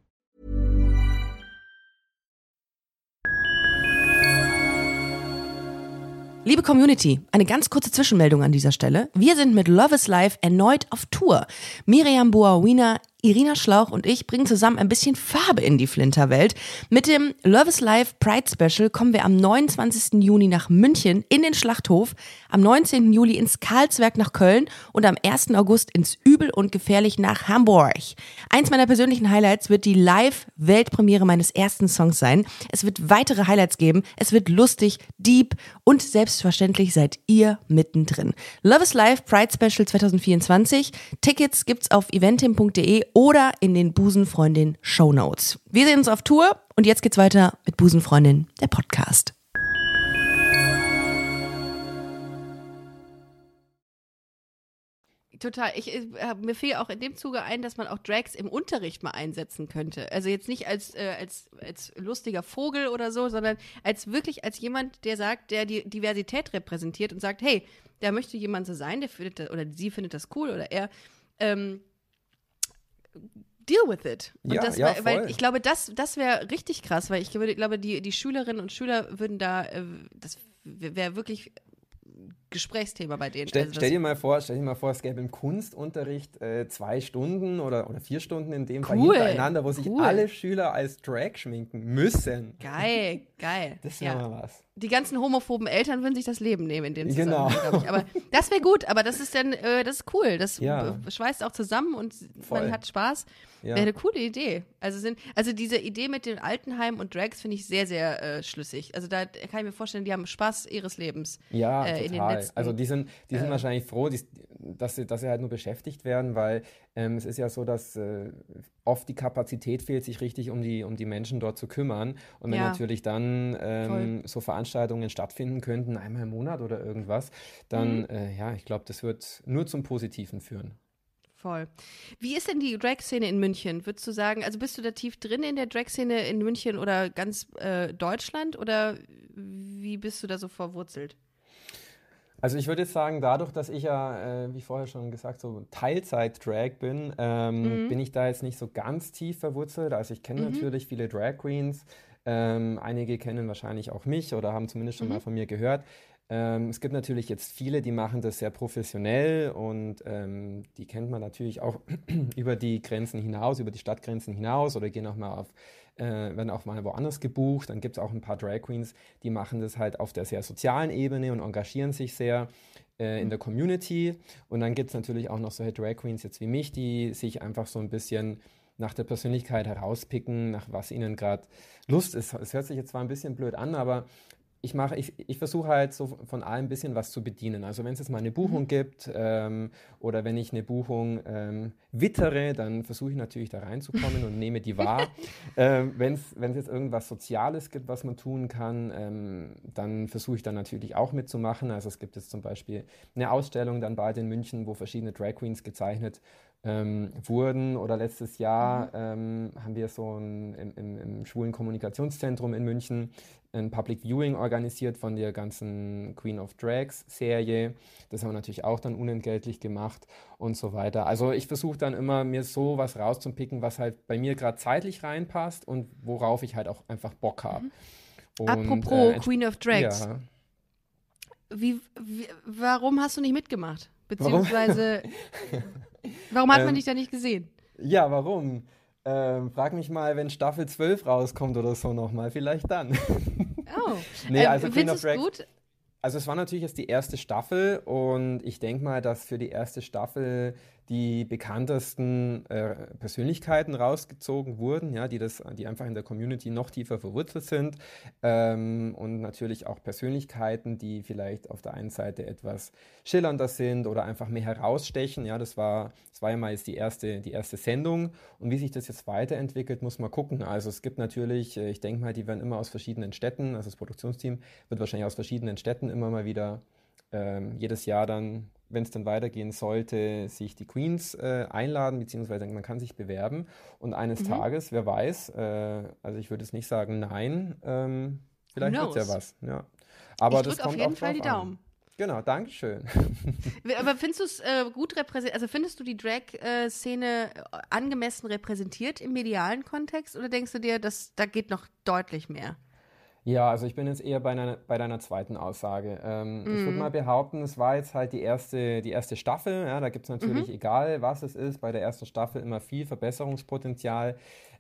Liebe Community, eine ganz kurze Zwischenmeldung an dieser Stelle. Wir sind mit Love is Life erneut auf Tour. Miriam Boawina, Irina Schlauch und ich bringen zusammen ein bisschen Farbe in die Flinterwelt. Mit dem Love is Life Pride Special kommen wir am 29. Juni nach München in den Schlachthof, am 19. Juli ins Karlswerk nach Köln und am 1. August ins Übel und Gefährlich nach Hamburg. Eins meiner persönlichen Highlights wird die Live-Weltpremiere meines ersten Songs sein. Es wird weitere Highlights geben, es wird lustig, deep und selbstverständlich seid ihr mittendrin. Love is Life Pride Special 2024. Tickets gibt's auf eventim.de oder in den Busenfreundin Shownotes. Wir sehen uns auf Tour und jetzt geht's weiter mit Busenfreundin, der Podcast. Total. Mir fiel auch in dem Zuge ein, dass man auch Drags im Unterricht mal einsetzen könnte. Also jetzt nicht als lustiger Vogel oder so, sondern wirklich als jemand, der sagt, der die Diversität repräsentiert und sagt, hey, da möchte jemand so sein, der findet das, oder sie findet das cool oder er deal with it. Und weil ich glaube, das wäre richtig krass, weil ich glaube, die Schülerinnen und Schüler würden da, das wäre wirklich Gesprächsthema bei denen. Stell dir mal vor, es gäbe im Kunstunterricht 2 Stunden oder 4 Stunden in dem Fall hintereinander, wo sich alle Schüler als Drag schminken müssen. Geil. Das wäre mal was. Die ganzen homophoben Eltern würden sich das Leben nehmen in dem Zusammenhang, Genau. glaube ich. Aber das wäre gut, aber das ist dann, das ist cool. Das schweißt auch zusammen und man hat Spaß. Ja. Wäre eine coole Idee. Also diese Idee mit den Altenheimen und Drags finde ich sehr, sehr schlüssig. Also da kann ich mir vorstellen, die haben Spaß ihres Lebens. Ja, in den letzten, also die sind wahrscheinlich froh, dass sie halt nur beschäftigt werden, weil es ist ja so, dass oft die Kapazität fehlt, sich richtig um die Menschen dort zu kümmern. Und wenn natürlich dann so Veranstaltungen stattfinden könnten, einmal im Monat oder irgendwas, dann, ich glaube, das wird nur zum Positiven führen. Voll. Wie ist denn die Drag-Szene in München? Würdest du sagen, also bist du da tief drin in der Drag-Szene in München oder ganz Deutschland oder wie bist du da so verwurzelt? Also ich würde jetzt sagen, dadurch, dass ich ja, wie vorher schon gesagt, so Teilzeit-Drag bin, bin ich da jetzt nicht so ganz tief verwurzelt. Also ich kenne natürlich viele Drag Queens. Einige kennen wahrscheinlich auch mich oder haben zumindest schon mal von mir gehört. Es gibt natürlich jetzt viele, die machen das sehr professionell und die kennt man natürlich auch über die Grenzen hinaus, über die Stadtgrenzen hinaus oder gehen auch mal werden auch mal woanders gebucht. Dann gibt es auch ein paar Drag Queens, die machen das halt auf der sehr sozialen Ebene und engagieren sich sehr in der Community. Und dann gibt es natürlich auch noch solche Drag Queens jetzt wie mich, die sich einfach so ein bisschen nach der Persönlichkeit herauspicken, nach was ihnen gerade Lust ist. Es hört sich jetzt zwar ein bisschen blöd an, aber ich versuche halt so von allem ein bisschen was zu bedienen. Also wenn es jetzt mal eine Buchung gibt oder wenn ich eine Buchung wittere, dann versuche ich natürlich da reinzukommen und nehme die wahr. Wenn es jetzt irgendwas Soziales gibt, was man tun kann, dann versuche ich dann natürlich auch mitzumachen. Also es gibt jetzt zum Beispiel eine Ausstellung dann bald in München, wo verschiedene Drag Queens gezeichnet wurden. Oder letztes Jahr haben wir so im Schwulen Kommunikationszentrum in München ein Public Viewing organisiert von der ganzen Queen of Drags Serie. Das haben wir natürlich auch dann unentgeltlich gemacht und so weiter. Also ich versuche dann immer, mir so was rauszupicken, was halt bei mir gerade zeitlich reinpasst und worauf ich halt auch einfach Bock habe. Apropos Queen of Drags. Ja. Warum hast du nicht mitgemacht? Beziehungsweise, warum hat man dich da nicht gesehen? Ja, warum? Frag mich mal, wenn Staffel 12 rauskommt oder so nochmal, vielleicht dann. Oh, nee, also Queen of Drags, gut? Also es war natürlich jetzt die erste Staffel und ich denke mal, dass für die erste Staffel die bekanntesten Persönlichkeiten rausgezogen wurden, ja, die einfach in der Community noch tiefer verwurzelt sind und natürlich auch Persönlichkeiten, die vielleicht auf der einen Seite etwas schillernder sind oder einfach mehr herausstechen. Ja, das war ja mal jetzt die erste Sendung und wie sich das jetzt weiterentwickelt, muss man gucken. Also es gibt natürlich, ich denke mal, die werden immer aus verschiedenen Städten, also das Produktionsteam wird wahrscheinlich aus verschiedenen Städten immer mal wieder jedes Jahr dann, wenn es dann weitergehen sollte, sich die Queens einladen, beziehungsweise man kann sich bewerben. Und eines Tages, wer weiß, also ich würde es nicht sagen nein, vielleicht wird es ja was. Ja. Aber ich drücke auf jeden Fall die Daumen. Genau, Dankeschön. Aber findest du es gut repräsentiert, also findest du die Drag-Szene angemessen repräsentiert im medialen Kontext oder denkst du dir, da geht noch deutlich mehr? Ja, also ich bin jetzt eher bei deiner zweiten Aussage. Ich würde mal behaupten, es war jetzt halt die erste Staffel. Ja, da gibt es natürlich, egal was es ist, bei der ersten Staffel immer viel Verbesserungspotenzial.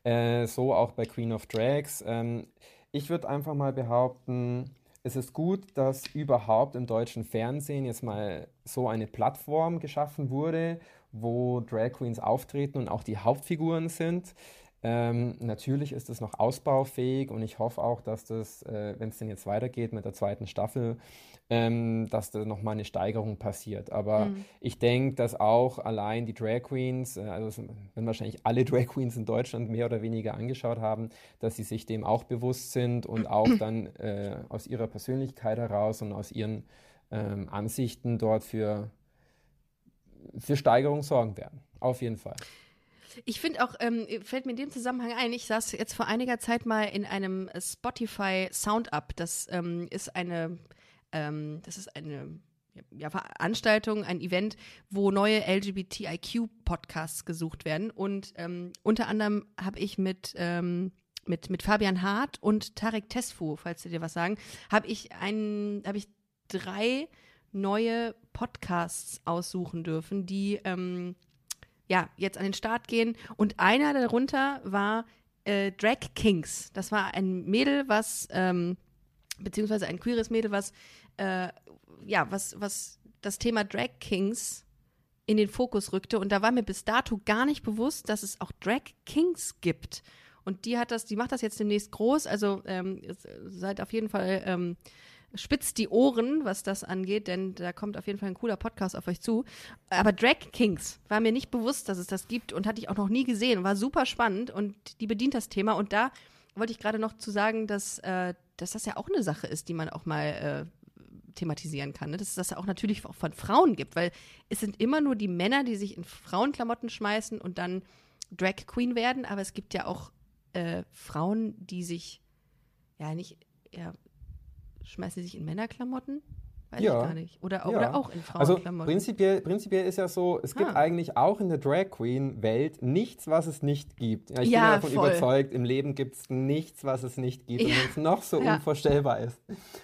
So auch bei Queen of Drags. Ich würde einfach mal behaupten, es ist gut, dass überhaupt im deutschen Fernsehen jetzt mal so eine Plattform geschaffen wurde, wo Drag Queens auftreten und auch die Hauptfiguren sind. Natürlich ist es noch ausbaufähig und ich hoffe auch, dass das, wenn es denn jetzt weitergeht mit der zweiten Staffel, dass da nochmal eine Steigerung passiert. Aber ich denke, dass auch allein die Drag Queens, also wenn wahrscheinlich alle Drag Queens in Deutschland mehr oder weniger angeschaut haben, dass sie sich dem auch bewusst sind und auch dann aus ihrer Persönlichkeit heraus und aus ihren Ansichten dort für für Steigerung sorgen werden. Auf jeden Fall. Ich finde auch, fällt mir in dem Zusammenhang ein, ich saß jetzt vor einiger Zeit mal in einem Spotify Sound-Up. Das ist eine Veranstaltung, ein Event, wo neue LGBTIQ-Podcasts gesucht werden. Und unter anderem habe ich mit Fabian Hart und Tarek Tesfu, falls sie dir was sagen, habe ich 3 neue Podcasts aussuchen dürfen, die jetzt an den Start gehen. Und einer darunter war Drag Kings. Das war ein Mädel, beziehungsweise ein queeres Mädel, was das Thema Drag Kings in den Fokus rückte. Und da war mir bis dato gar nicht bewusst, dass es auch Drag Kings gibt. Und die macht das jetzt demnächst groß. Also seid auf jeden Fall spitzt die Ohren, was das angeht, denn da kommt auf jeden Fall ein cooler Podcast auf euch zu. Aber Drag Kings war mir nicht bewusst, dass es das gibt und hatte ich auch noch nie gesehen. War super spannend und die bedient das Thema. Und da wollte ich gerade noch zu sagen, dass das ja auch eine Sache ist, die man auch mal thematisieren kann. Ne? Dass es das ja auch natürlich auch von Frauen gibt, weil es sind immer nur die Männer, die sich in Frauenklamotten schmeißen und dann Drag Queen werden, aber es gibt ja auch Frauen, die sich schmeißen sie sich in Männerklamotten? Weiß ich gar nicht. Oder auch in Frauenklamotten. Also prinzipiell ist ja so, es gibt eigentlich auch in der Drag Queen-Welt nichts, was es nicht gibt. Ja, ich bin davon überzeugt, im Leben gibt es nichts, was es nicht gibt. Und wenn es noch so unvorstellbar ist.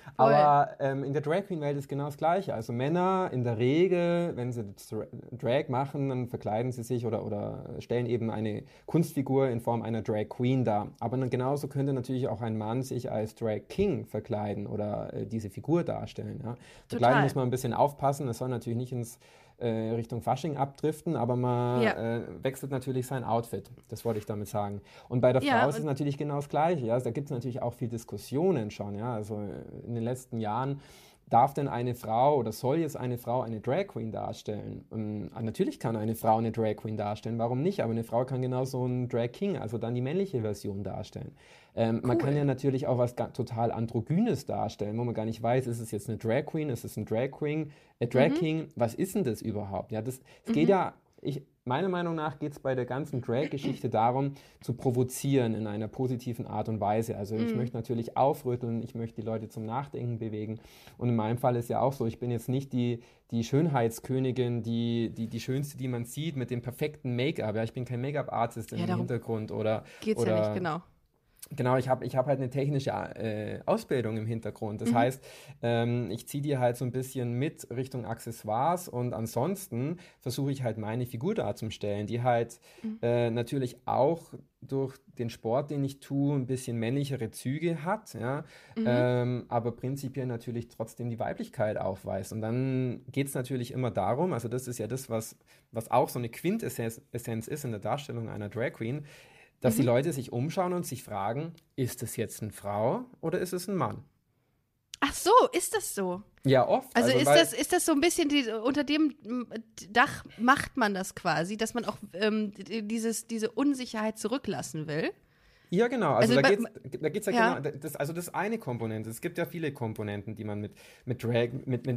Aber in der Drag Queen-Welt ist genau das Gleiche. Also Männer in der Regel, wenn sie Drag machen, dann verkleiden sie sich oder stellen eben eine Kunstfigur in Form einer Drag Queen dar. Aber dann genauso könnte natürlich auch ein Mann sich als Drag King verkleiden oder diese Figur darstellen. Ja. Verkleiden muss man ein bisschen aufpassen. Das soll natürlich nicht ins Richtung Fasching abdriften, aber man wechselt natürlich sein Outfit. Das wollte ich damit sagen. Und bei der Frau ist es natürlich genau das Gleiche. Ja? Also da gibt es natürlich auch viel Diskussionen schon. Ja? Also in den letzten Jahren, darf denn eine Frau oder soll jetzt eine Frau eine Drag Queen darstellen? Und natürlich kann eine Frau eine Drag Queen darstellen, warum nicht? Aber eine Frau kann genauso einen Drag King, also dann die männliche Version darstellen. Man kann ja natürlich auch was total Androgynes darstellen, wo man gar nicht weiß, ist es jetzt eine Drag Queen, ist es ein Drag King, was ist denn das überhaupt? Ja, es geht ja, meiner Meinung nach geht es bei der ganzen Drag-Geschichte darum, zu provozieren in einer positiven Art und Weise. Also ich möchte natürlich aufrütteln, ich möchte die Leute zum Nachdenken bewegen. Und in meinem Fall ist ja auch so, ich bin jetzt nicht die Schönheitskönigin, die schönste, die man sieht, mit dem perfekten Make-up. Ja, ich bin kein Make-up-Artist im Hintergrund geht's ja nicht, genau. Genau, ich hab halt eine technische Ausbildung im Hintergrund. Das heißt, ich ziehe die halt so ein bisschen mit Richtung Accessoires und ansonsten versuche ich halt meine Figur darzustellen, die halt natürlich auch durch den Sport, den ich tue, ein bisschen männlichere Züge hat, ja, aber prinzipiell natürlich trotzdem die Weiblichkeit aufweist. Und dann geht es natürlich immer darum, also das ist ja das, was auch so eine Quintessenz ist in der Darstellung einer Drag Queen, dass die Leute sich umschauen und sich fragen, ist es jetzt eine Frau oder ist es ein Mann? Ach so, ist das so? Ja, oft. Also ist das so ein bisschen, unter dem Dach macht man das quasi, dass man auch diese Unsicherheit zurücklassen will? Ja, genau. Also da geht's ja genau, das ist eine Komponente. Es gibt ja viele Komponenten, die man mit Drag,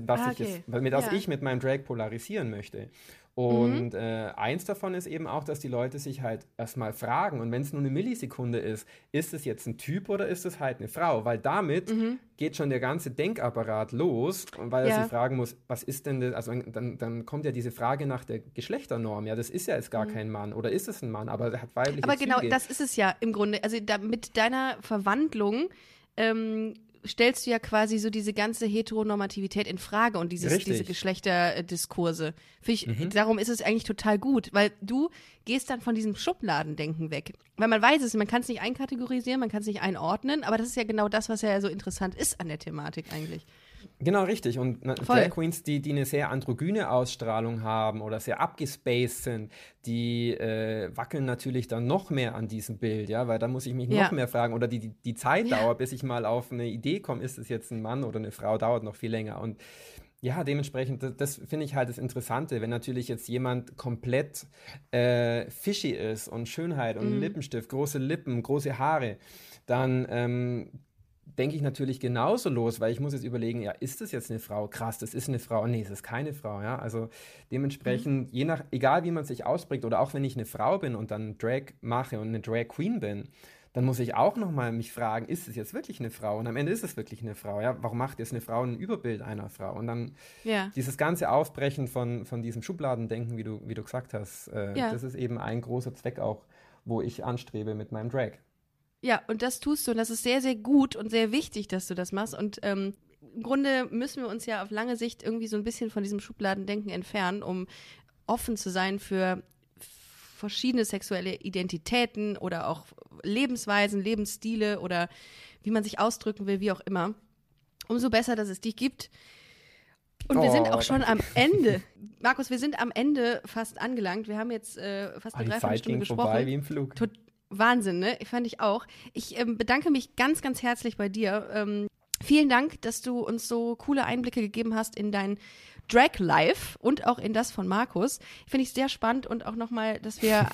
was ich mit meinem Drag polarisieren möchte. Und eins davon ist eben auch, dass die Leute sich halt erstmal fragen, und wenn es nur eine Millisekunde ist es jetzt ein Typ oder ist es halt eine Frau? Weil damit geht schon der ganze Denkapparat los, weil er sich fragen muss, was ist denn das? Also dann kommt ja diese Frage nach der Geschlechternorm. Ja, das ist ja jetzt gar kein Mann. Oder ist es ein Mann? Aber er hat weibliche Züge. Aber genau, das ist es ja im Grunde. Also mit deiner Verwandlung stellst du ja quasi so diese ganze Heteronormativität in Frage und diese Geschlechterdiskurse. Darum ist es eigentlich total gut, weil du gehst dann von diesem Schubladendenken weg. Weil man weiß es, man kann es nicht einkategorisieren, man kann es nicht einordnen, aber das ist ja genau das, was ja so interessant ist an der Thematik eigentlich. Genau, richtig. Und Drag Queens, die eine sehr androgyne Ausstrahlung haben oder sehr abgespaced sind, die wackeln natürlich dann noch mehr an diesem Bild, ja, weil da muss ich mich noch mehr fragen. Oder die Zeitdauer, bis ich mal auf eine Idee komme, ist es jetzt ein Mann oder eine Frau, dauert noch viel länger. Und ja, dementsprechend, das finde ich halt das Interessante, wenn natürlich jetzt jemand komplett fishy ist und Schönheit und Lippenstift, große Lippen, große Haare, dann denke ich natürlich genauso los, weil ich muss jetzt überlegen, ja, ist das jetzt eine Frau? Krass, das ist eine Frau. Nee, es ist keine Frau, ja. Also dementsprechend, egal wie man sich ausprägt oder auch wenn ich eine Frau bin und dann Drag mache und eine Drag Queen bin, dann muss ich auch nochmal mich fragen, ist es jetzt wirklich eine Frau? Und am Ende ist es wirklich eine Frau, ja. Warum macht jetzt eine Frau ein Überbild einer Frau? Und dann dieses ganze Aufbrechen von diesem Schubladendenken, wie du gesagt hast, das ist eben ein großer Zweck auch, wo ich anstrebe mit meinem Drag. Ja, und das tust du und das ist sehr, sehr gut und sehr wichtig, dass du das machst. Und im Grunde müssen wir uns ja auf lange Sicht irgendwie so ein bisschen von diesem Schubladendenken entfernen, um offen zu sein für verschiedene sexuelle Identitäten oder auch Lebensweisen, Lebensstile oder wie man sich ausdrücken will, wie auch immer. Umso besser, dass es dich gibt. Und wir sind auch schon am Ende. Markus, wir sind am Ende fast angelangt. Wir haben jetzt fast eine Dreiviertelstunde gesprochen. Vorbei wie im Flug. Wahnsinn, ne? Fand ich auch. Ich bedanke mich ganz, ganz herzlich bei dir. Vielen Dank, dass du uns so coole Einblicke gegeben hast in dein Drag-Life und auch in das von Markus. Finde ich sehr spannend und auch nochmal, dass wir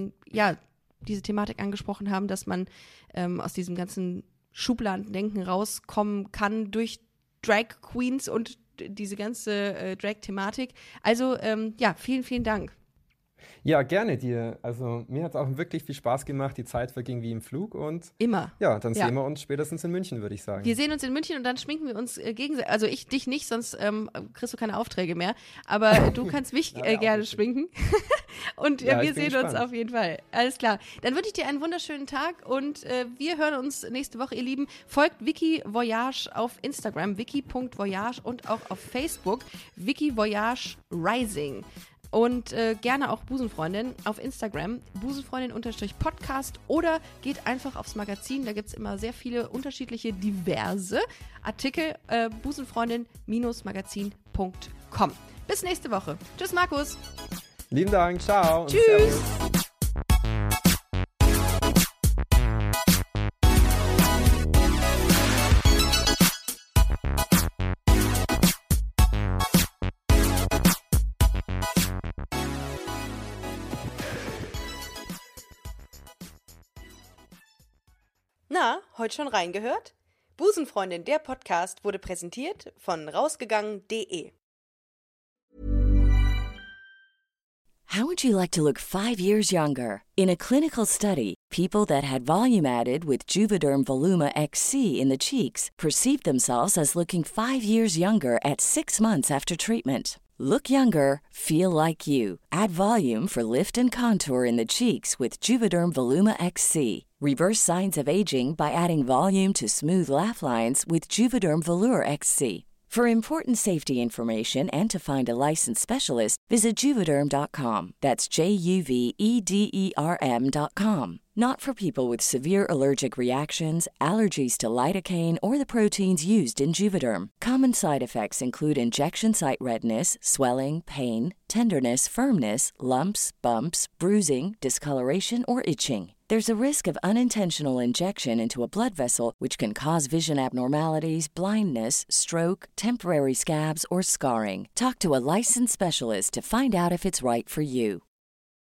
diese Thematik angesprochen haben, dass man aus diesem ganzen Schubladendenken rauskommen kann durch Drag Queens und diese ganze Drag-Thematik. Also vielen, vielen Dank. Ja, gerne dir. Also mir hat es auch wirklich viel Spaß gemacht. Die Zeit verging wie im Flug und immer. Ja, dann sehen wir uns spätestens in München, würde ich sagen. Wir sehen uns in München und dann schminken wir uns gegenseitig. Also ich dich nicht, sonst kriegst du keine Aufträge mehr. Aber du kannst mich gerne schminken. Und wir sehen uns auf jeden Fall. Alles klar. Dann wünsche ich dir einen wunderschönen Tag und wir hören uns nächste Woche, ihr Lieben. Folgt Vicky Voyage auf Instagram, vicky.voyage und auch auf Facebook, Vicky Voyage Rising. Und gerne auch Busenfreundin auf Instagram, busenfreundin_podcast oder geht einfach aufs Magazin, da gibt es immer sehr viele unterschiedliche, diverse Artikel, busenfreundin-magazin.com. Bis nächste Woche. Tschüss, Markus. Lieben Dank, ciao. Und tschüss. Servus. Na, heute schon reingehört? Busenfreundin, der Podcast, wurde präsentiert von rausgegangen.de. How would you like to look 5 years younger? In a clinical study, people that had volume added with Juvederm Voluma XC in the cheeks perceived themselves as looking 5 years younger at 6 months after treatment. Look younger, feel like you. Add volume for lift and contour in the cheeks with Juvederm Voluma XC. Reverse signs of aging by adding volume to smooth laugh lines with Juvederm Volure XC. For important safety information and to find a licensed specialist, visit Juvederm.com. That's JUVEDERM.com. Not for people with severe allergic reactions, allergies to lidocaine, or the proteins used in Juvederm. Common side effects include injection site redness, swelling, pain, tenderness, firmness, lumps, bumps, bruising, discoloration, or itching. There's a risk of unintentional injection into a blood vessel, which can cause vision abnormalities, blindness, stroke, temporary scabs, or scarring. Talk to a licensed specialist to find out if it's right for you.